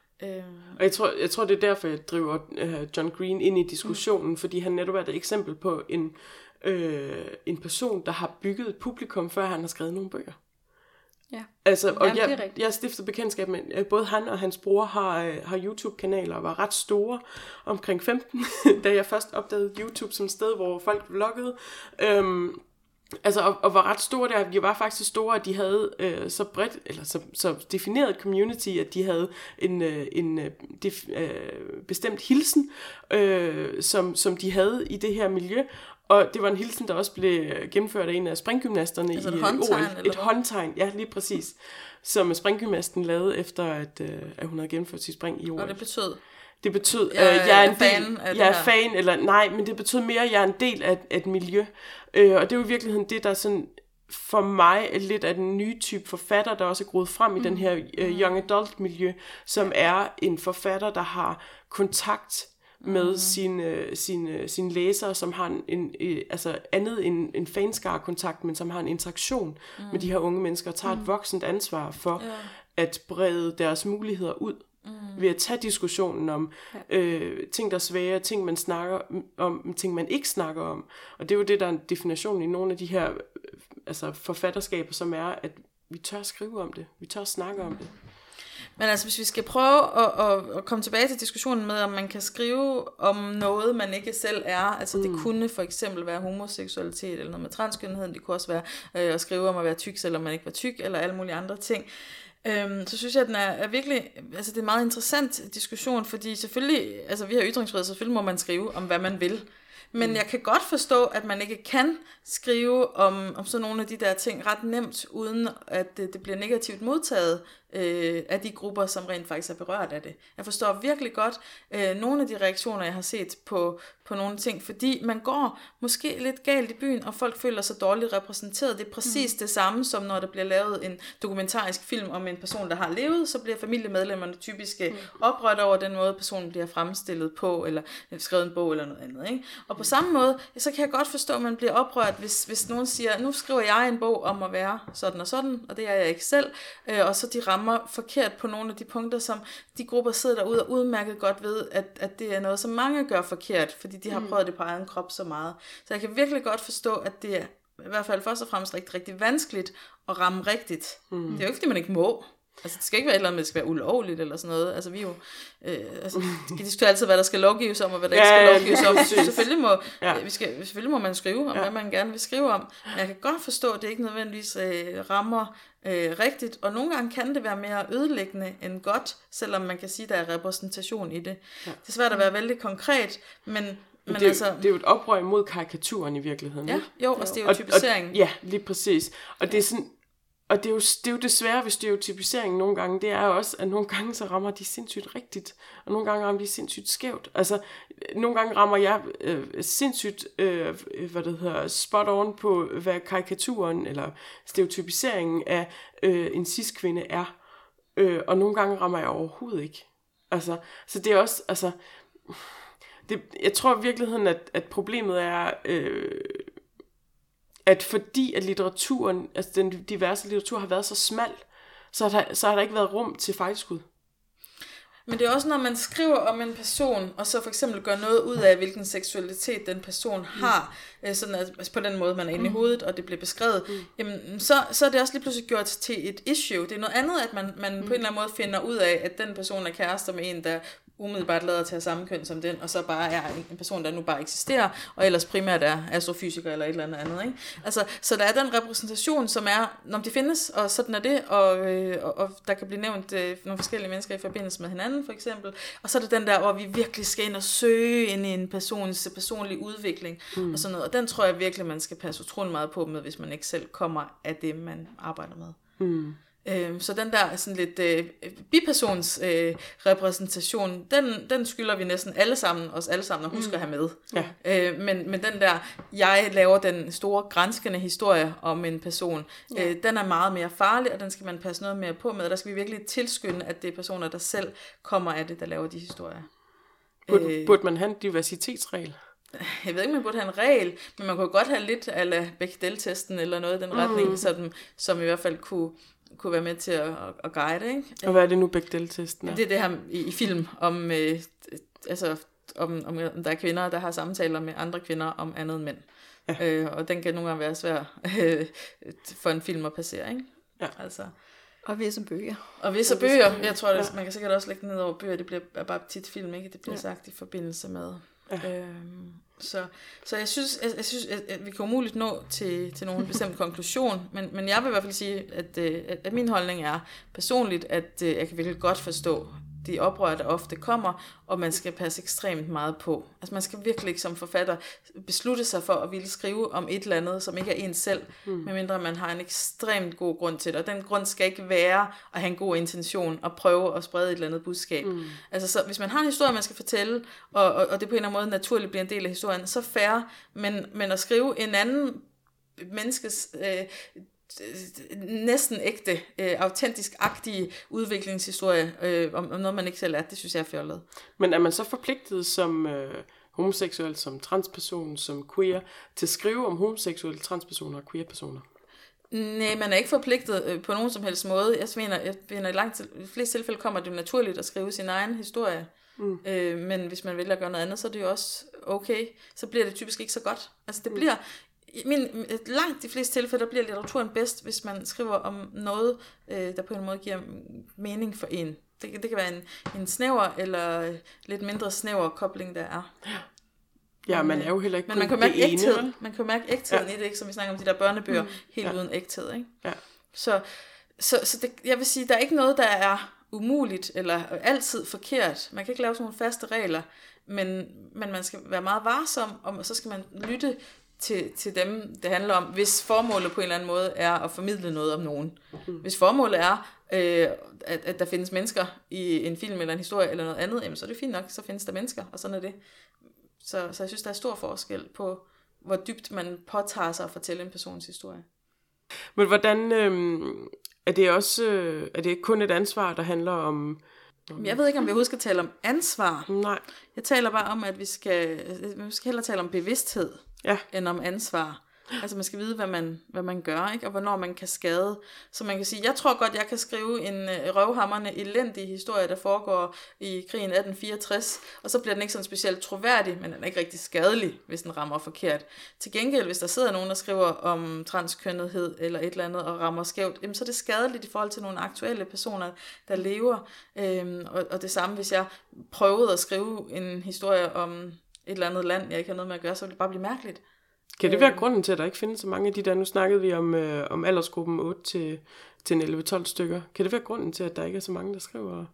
Og jeg tror, jeg tror, det er derfor, jeg driver uh, John Green ind i diskussionen, mm. fordi han netop er et eksempel på en Øh, en person, der har bygget et publikum, før han har skrevet nogle bøger. Ja. Altså, og Jamen, jeg, jeg stiftede bekendtskab med, at både han og hans bror har, har YouTube-kanaler, og var ret store, omkring femten, da jeg først opdagede YouTube som sted, hvor folk vloggede. Øhm, altså, og, og var ret store der. De var faktisk store, at de havde øh, så bredt, eller så, så defineret et community, at de havde en, øh, en øh, def, øh, bestemt hilsen, øh, som, som de havde i det her miljø. Og det var en hilsen, der også blev gennemført af en af springgymnasterne altså i håndtegn, O L. Et håndtegn, ja, lige præcis. Som springgymnasten lavede, efter at, at hun havde gennemført sit spring i O L. Og det betød? Det betød, jeg, øh, jeg er en fan del, af jeg er her. fan, eller nej, men det betød mere, at jeg er en del af, af et miljø. Øh, og det er jo i virkeligheden det, der sådan for mig lidt af den nye type forfatter, der også er groet frem mm. i den her uh, young adult miljø, som er en forfatter, der har kontakt med mm. sine, sine, sine læsere, som har en, en, altså andet end en fanskare-kontakt, men som har en interaktion mm. med de her unge mennesker, og tager mm. et voksent ansvar for yeah. at brede deres muligheder ud, mm. ved at tage diskussionen om ja. øh, ting, der er svære, ting, man snakker om, ting, man ikke snakker om. Og det er jo det, der er en definition i nogle af de her altså forfatterskaber, som er, at vi tør skrive om det, vi tør snakke om det. Men altså, hvis vi skal prøve at, at, at komme tilbage til diskussionen med, om man kan skrive om noget, man ikke selv er, altså mm. det kunne for eksempel være homoseksualitet, eller noget med transkønnetheden, det kunne også være øh, at skrive om at være tyk, selvom man ikke var tyk, eller alle mulige andre ting. Øhm, så synes jeg, at den er, er virkelig, altså det er en meget interessant diskussion, fordi selvfølgelig, altså vi har ytringsfrihed, selvfølgelig må man skrive om, hvad man vil. Men mm. jeg kan godt forstå, at man ikke kan skrive om, om sådan nogle af de der ting ret nemt, uden at det, det bliver negativt modtaget øh, af de grupper, som rent faktisk er berørt af det. Jeg forstår virkelig godt øh, nogle af de reaktioner, jeg har set på, på nogle ting, fordi man går måske lidt galt i byen, og folk føler sig dårligt repræsenteret. Det er præcis mm. det samme, som når der bliver lavet en dokumentarisk film om en person, der har levet, så bliver familiemedlemmerne typisk mm. oprørt over den måde, personen bliver fremstillet på, eller skrevet en bog eller noget andet. Ikke? Og på samme måde, så kan jeg godt forstå, at man bliver oprørt, hvis, hvis nogen siger, nu skriver jeg en bog om at være sådan og sådan, og det er jeg ikke selv, øh, og så de rammer forkert på nogle af de punkter, som de grupper sidder derude og udmærket godt ved, at, at det er noget, som mange gør forkert, fordi de har mm. prøvet det på egen krop så meget. Så jeg kan virkelig godt forstå, at det er i hvert fald først og fremmest rigtig, rigtig vanskeligt at ramme rigtigt. Mm. Det er jo ikke, fordi man ikke må. Altså, det skal ikke være et eller andet, det skal være ulovligt eller sådan noget. Altså, vi er jo... Øh, altså, vi diskuterer altid, hvad der skal lovgives om, og hvad der ja, ikke skal lovgives om. Ja, selvfølgelig, må, ja. vi skal, selvfølgelig må man skrive om, ja. hvad man gerne vil skrive om. Men jeg kan godt forstå, at det ikke nødvendigvis øh, rammer øh, rigtigt. Og nogle gange kan det være mere ødelæggende end godt, selvom man kan sige, at der er repræsentation i det. Ja. Det er svært at være vældig konkret, men... Men det, er, altså, det er jo et oprør mod karikaturen i virkeligheden. Ja, jo, og stereotypiseringen. Og, og, ja, lige præcis. Og det er sådan... Og det er, jo, det er jo desværre ved stereotypiseringen nogle gange, det er jo også, at nogle gange så rammer de sindssygt rigtigt, og nogle gange rammer de sindssygt skævt. Altså, nogle gange rammer jeg øh, sindssygt, øh, hvad det hedder, spot on på, hvad karikaturen eller stereotypiseringen af øh, en cis-kvinde er. Øh, og nogle gange rammer jeg overhovedet ikke. Altså, så det er også, altså, det, jeg tror i virkeligheden, at, at problemet er... Øh, at fordi at litteraturen, altså den diverse litteratur har været så smal, så har der, så har der ikke været rum til fejlskud. Men det er også, når man skriver om en person, og så for eksempel gør noget ud af, hvilken seksualitet den person har, mm. sådan at, altså på den måde, man er inde i hovedet, og det bliver beskrevet, mm. jamen, så, så er det også lige pludselig gjort til et issue. Det er noget andet, at man, man mm. på en eller anden måde finder ud af, at den person er kærester med en, der umiddelbart lader til at have samme køn som den, og så bare er en person, der nu bare eksisterer, og ellers primært er astrofysiker eller et eller andet andet. Ikke? Altså, så der er den repræsentation, som er, når de findes, og sådan er det, og, øh, og, og der kan blive nævnt øh, nogle forskellige mennesker i forbindelse med hinanden, for eksempel, og så er det den der, hvor vi virkelig skal ind og søge ind i en persons personlige udvikling, mm. og sådan noget, og den tror jeg virkelig, man skal passe utrolig meget på med, hvis man ikke selv kommer af det, man arbejder med. Mm. Så den der sådan lidt øh, bipersons øh, repræsentation, den, den skylder vi næsten alle sammen, os alle sammen, at huske mm. at have med. Ja. Øh, men, men den der, jeg laver den store granskende historie om en person, ja. øh, den er meget mere farlig, og den skal man passe noget mere på med. Der skal vi virkelig tilskynde, at det er personer, der selv kommer af det, der laver de historier. Burde, øh, burde man have en diversitetsregel? Jeg ved ikke, man burde have en regel, men man kunne godt have lidt a la Bechdel-testen eller noget i den retning, mm. som, som i hvert fald kunne kunne være med til at, at guide, ikke? Og hvad er det nu, Bechdel-testen er? Det er det her i, i film om, øh, altså, om, om, om der er kvinder, der har samtaler med andre kvinder om andet end mænd. Ja. Øh, og den kan nogle gange være svær øh, for en film at passere, ikke? Ja. Altså. Og visse bøger. Og visse bøger. Jeg tror, det, ja. man kan sikkert også lægge den ned over bøger. Det bliver bare tit film, ikke? Det bliver ja. sagt i forbindelse med... Ja. Øhm, så, så jeg synes, jeg, jeg synes at, at vi kan umuligt nå til, til nogen bestemt konklusion, men, men jeg vil i hvert fald sige, at, at, at min holdning er personligt, at jeg kan virkelig godt forstå de oprør, der ofte kommer, og man skal passe ekstremt meget på. Altså man skal virkelig ikke som forfatter beslutte sig for at ville skrive om et eller andet, som ikke er ens selv, mm. medmindre man har en ekstremt god grund til det. Og den grund skal ikke være at have en god intention og prøve at sprede et eller andet budskab. Mm. Altså så, hvis man har en historie, man skal fortælle, og, og, og det på en eller anden måde naturligt bliver en del af historien, så fair, men, men at skrive en anden menneskes øh, næsten ægte, øh, autentisk-agtige udviklingshistorie øh, om, om noget, man ikke selv er. Det synes jeg er fjollet. Men er man så forpligtet som øh, homoseksuel, som transperson, som queer, til at skrive om homoseksuelle, transpersoner og queer-personer? Nej, man er ikke forpligtet øh, på nogen som helst måde. Jeg mener, jeg mener i langt til, i flest tilfælde kommer det naturligt at skrive sin egen historie. Mm. Øh, men hvis man vælger at gøre noget andet, så er det jo også okay. Så bliver det typisk ikke så godt. Altså det mm. bliver... Min, langt de fleste tilfælde, der bliver litteraturen bedst, hvis man skriver om noget, øh, der på en måde giver mening for en. Det, det kan være en, en snæver eller lidt mindre snæver kobling, der er. Ja, man er jo heller ikke men man kan mærke det ægthed. ene. Man kan mærke ægtheden ja. i det, ikke? Som vi snakker om de der børnebøger, mm. helt ja. uden ægthed. Ikke? Ja. Så, så, så det, jeg vil sige, der er ikke noget, der er umuligt eller altid forkert. Man kan ikke lave sådan nogle faste regler, men, men man skal være meget varsom, og så skal man lytte Til, til dem, det handler om, hvis formålet på en eller anden måde er at formidle noget om nogen. Mm. Hvis formålet er, øh, at, at der findes mennesker i en film eller en historie eller noget andet, jamen, så er det fint nok, så findes der mennesker, og sådan er det. Så, så jeg synes, der er stor forskel på, hvor dybt man påtager sig at fortælle en persons historie. Men hvordan, øh, er det også, øh, er det ikke kun et ansvar, der handler om... om... Jeg ved ikke, om vi overhovedet skal tale om ansvar. Nej. Jeg taler bare om, at vi skal, vi skal hellere tale om bevidsthed. Ja. End om ansvar. Altså man skal vide, hvad man, hvad man gør, ikke? Og hvornår man kan skade. Så man kan sige, jeg tror godt, jeg kan skrive en røvhamrende elendig historie, der foregår i krigen atten fireogtres, og så bliver den ikke sådan specielt troværdig, men den er ikke rigtig skadelig, hvis den rammer forkert. Til gengæld, hvis der sidder nogen, der skriver om transkønnethed eller et eller andet, og rammer skævt, jamen, så er det skadeligt i forhold til nogle aktuelle personer, der lever. Øhm, og, og det samme, hvis jeg prøvede at skrive en historie om et eller andet land, jeg ikke har noget med at gøre, så vil det bare blive mærkeligt. Kan det være øh, grunden til, at der ikke findes så mange af de der, nu snakkede vi om, øh, om aldersgruppen otte til elleve tolv stykker. Kan det være grunden til, at der ikke er så mange, der skriver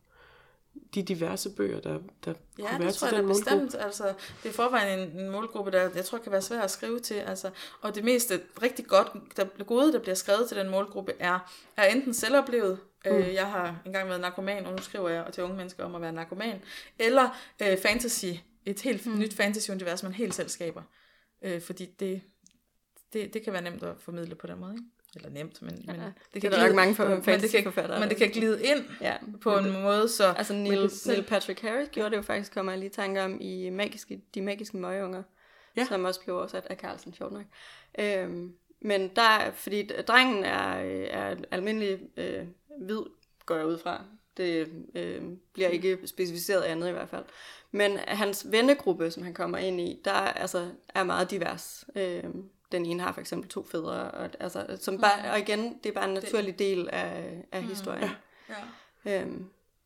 de diverse bøger, der, der ja, kunne være til den målgruppe? Ja, det tror jeg da bestemt. Altså, det er forvejen en, en målgruppe, der jeg tror kan være svær at skrive til. Altså, og det meste rigtig godt, der, gode, der bliver skrevet til den målgruppe, er, er enten selvoplevet. Mm. Øh, jeg har engang været narkoman, og nu skriver jeg til unge mennesker om at være narkoman. Eller øh, fantasy. Et helt mm. nyt fantasy-univers, man helt selv skaber. Øh, fordi det, det, det kan være nemt at formidle på den måde, ikke? Eller nemt, men, ja, men det kan der glide, mange for, men det kan, men det kan glide ind ja. på en det, måde, så... Altså Neil, selv... Neil Patrick Harris gjorde det jo faktisk, kommer jeg lige tanker om, i magiske, De Magiske Møgunger, ja. Som også blev oversat af Carlsen, sjovt nok. Øhm, men der, fordi drengen er, er almindelig øh, hvid, går jeg ud fra. Det øh, bliver ikke specificeret andet i hvert fald. Men hans vennegruppe, som han kommer ind i, der altså, er meget divers. Øh, den ene har for eksempel to fædre, og, altså, som bare, og igen, det er bare en naturlig del af, af historien. Ja. Ja. Øhm,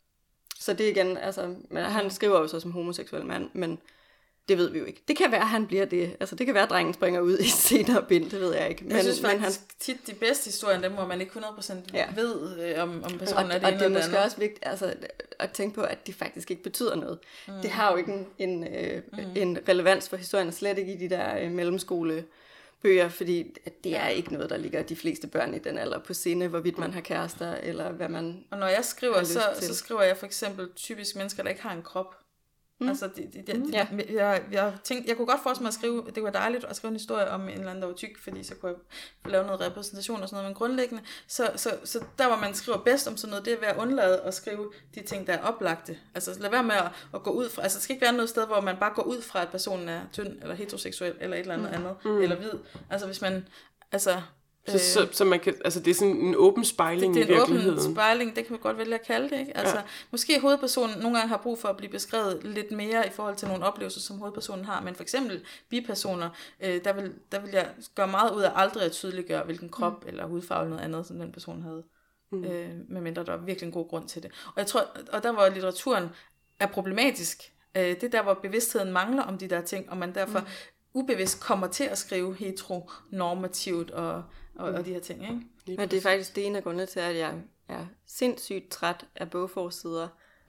så det igen, altså, han skriver jo så som homoseksuel mand, men det ved vi jo ikke. Det kan være, at han bliver det. Altså, det kan være, at drengen springer ud i senere bind, det ved jeg ikke. Men, jeg synes faktisk men han... tit de bedste historier, dem hvor man ikke hundrede procent ja. ved, øh, om, om personen og, er det og ene det er eller måske også vigtigt altså, at tænke på, at de faktisk ikke betyder noget. Mm. Det har jo ikke en, en, øh, mm. en relevans for historien, slet ikke i de der øh, mellemskolebøger, fordi det er ikke noget, der ligger de fleste børn i den alder på sinde, hvorvidt man har kærester, eller hvad man Og når jeg skriver, så, så skriver jeg for eksempel typisk mennesker, der ikke har en krop. Mm. Altså, det, det, det, ja. jeg, jeg, jeg, tænkte, jeg kunne godt forestille mig at skrive, det var dejligt at skrive en historie om en eller anden, der var tyk, fordi så kunne jeg lave noget repræsentation og sådan noget, men grundlæggende, så, så, så der hvor man skriver bedst om sådan noget, det er ved at undlade at skrive de ting, der er oplagte. Altså lad være med at, at gå ud fra, altså det skal ikke være noget sted, hvor man bare går ud fra, at personen er tynd, eller heteroseksuel, eller et eller andet mm. andet, mm. eller hvid. Altså hvis man, altså... Så, så, så man kan, altså det er sådan en åben spejling det, det er i virkeligheden. Det er en åben spejling, det kan man godt vælge at kalde det, ikke? Altså, ja. Måske hovedpersonen nogle gange har brug for at blive beskrevet lidt mere i forhold til nogle oplevelser, som hovedpersonen har, men for eksempel bipersoner, øh, der, vil, der vil jeg gøre meget ud af aldrig at tydeliggøre, hvilken krop mm. eller hudfarve eller noget andet, som den person havde. Mm. Øh, medmindre der var virkelig en god grund til det. Og jeg tror, og der hvor litteraturen er problematisk, øh, det er der, hvor bevidstheden mangler om de der ting, og man derfor mm. ubevidst kommer til at skrive heteronormativt og Og, og de her ting, ikke? Men det er faktisk det ene af grundene til, at jeg er sindssygt træt af bogforsider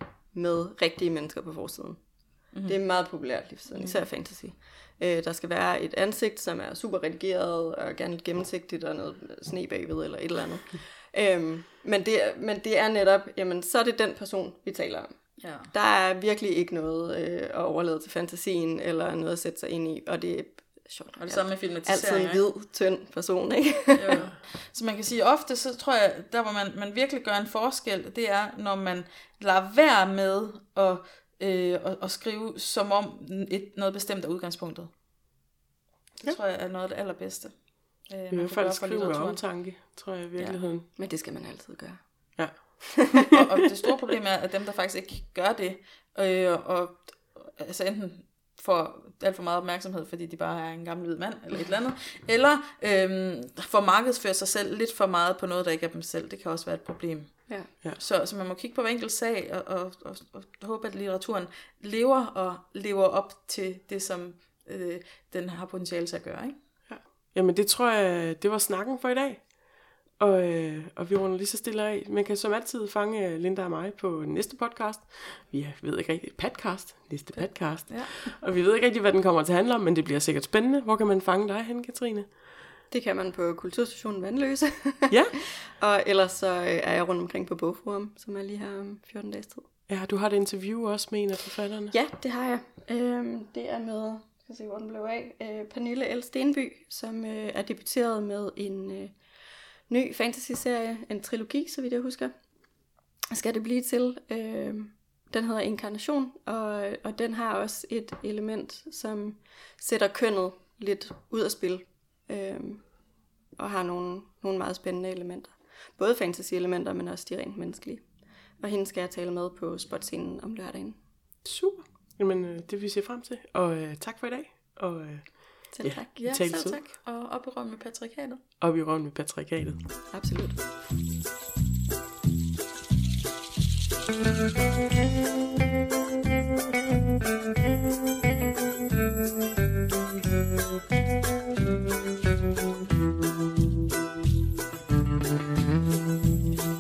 med rigtige mennesker på forsiden. Mm-hmm. Det er meget populært lige for tiden, især fantasy. Øh, der skal være et ansigt, som er super redigeret og gerne lidt gennemsigtigt og noget sne bagved eller et eller andet. øhm, men, det, men det er netop, jamen så er det den person, vi taler om. Ja. Der er virkelig ikke noget øh, at overlade til fantasien eller noget at sætte sig ind i, og det sjovt. Og det samme med filmatisering. Altid en hvid, tynd person, ikke? Jo. Så man kan sige, ofte så tror jeg, der hvor man, man virkelig gør en forskel, det er, når man lader være med at, øh, at, at skrive, som om et, noget bestemt er udgangspunktet. Det ja. tror jeg er noget af det allerbedste. Øh, I hvert fald skrive med omtanke, tror jeg i virkeligheden. Ja. Men det skal man altid gøre. Ja. og, og det store problem er, at dem, der faktisk ikke gør det, øh, og altså enten får alt for meget opmærksomhed, fordi de bare er en gammel hvid mand, eller et eller andet, eller øh, får markedsført sig selv lidt for meget på noget, der ikke er dem selv. Det kan også være et problem. Ja. Ja. Så, så man må kigge på hver enkelt sag, og, og, og, og håbe, at litteraturen lever og lever op til det, som øh, den har potentiale til at gøre, ikke? Ja. Jamen det tror jeg, det var snakken for i dag. Og, øh, og vi runder lige så stille af. Man kan som altid fange Linda og mig på næste podcast. Vi ved ikke rigtig, podcast, næste podcast. Ja. Og vi ved ikke rigtig, hvad den kommer til at handle om, men det bliver sikkert spændende. Hvor kan man fange dig hen, Katrine? Det kan man på Kulturstationen Vandløse. Ja. Og ellers så er jeg rundt omkring på Bogforum, som er lige her om fjorten dages tid. Ja, du har et interview også med en af forfatterne. Ja, det har jeg. Øhm, det er med, skal se hvor den blev af, øh, Pernille L. Stenby, som øh, er debuteret med en øh, ny fantasy-serie, en trilogi, så vidt jeg husker. Skal det blive til. Øh, den hedder Inkarnation, og, og den har også et element, som sætter kønnet lidt ud af spil. Øh, og har nogle, nogle meget spændende elementer. Både fantasy-elementer, men også de rent menneskelige. Og hende skal jeg tale med på spotscenen om lørdagen. Super. Jamen, det vil vi se frem til. Og øh, tak for i dag. Og, øh, selv tak. Ja, selv tid. tak. Og op i røven med patriarkatet. Op i røven med patriarkatet. Absolut.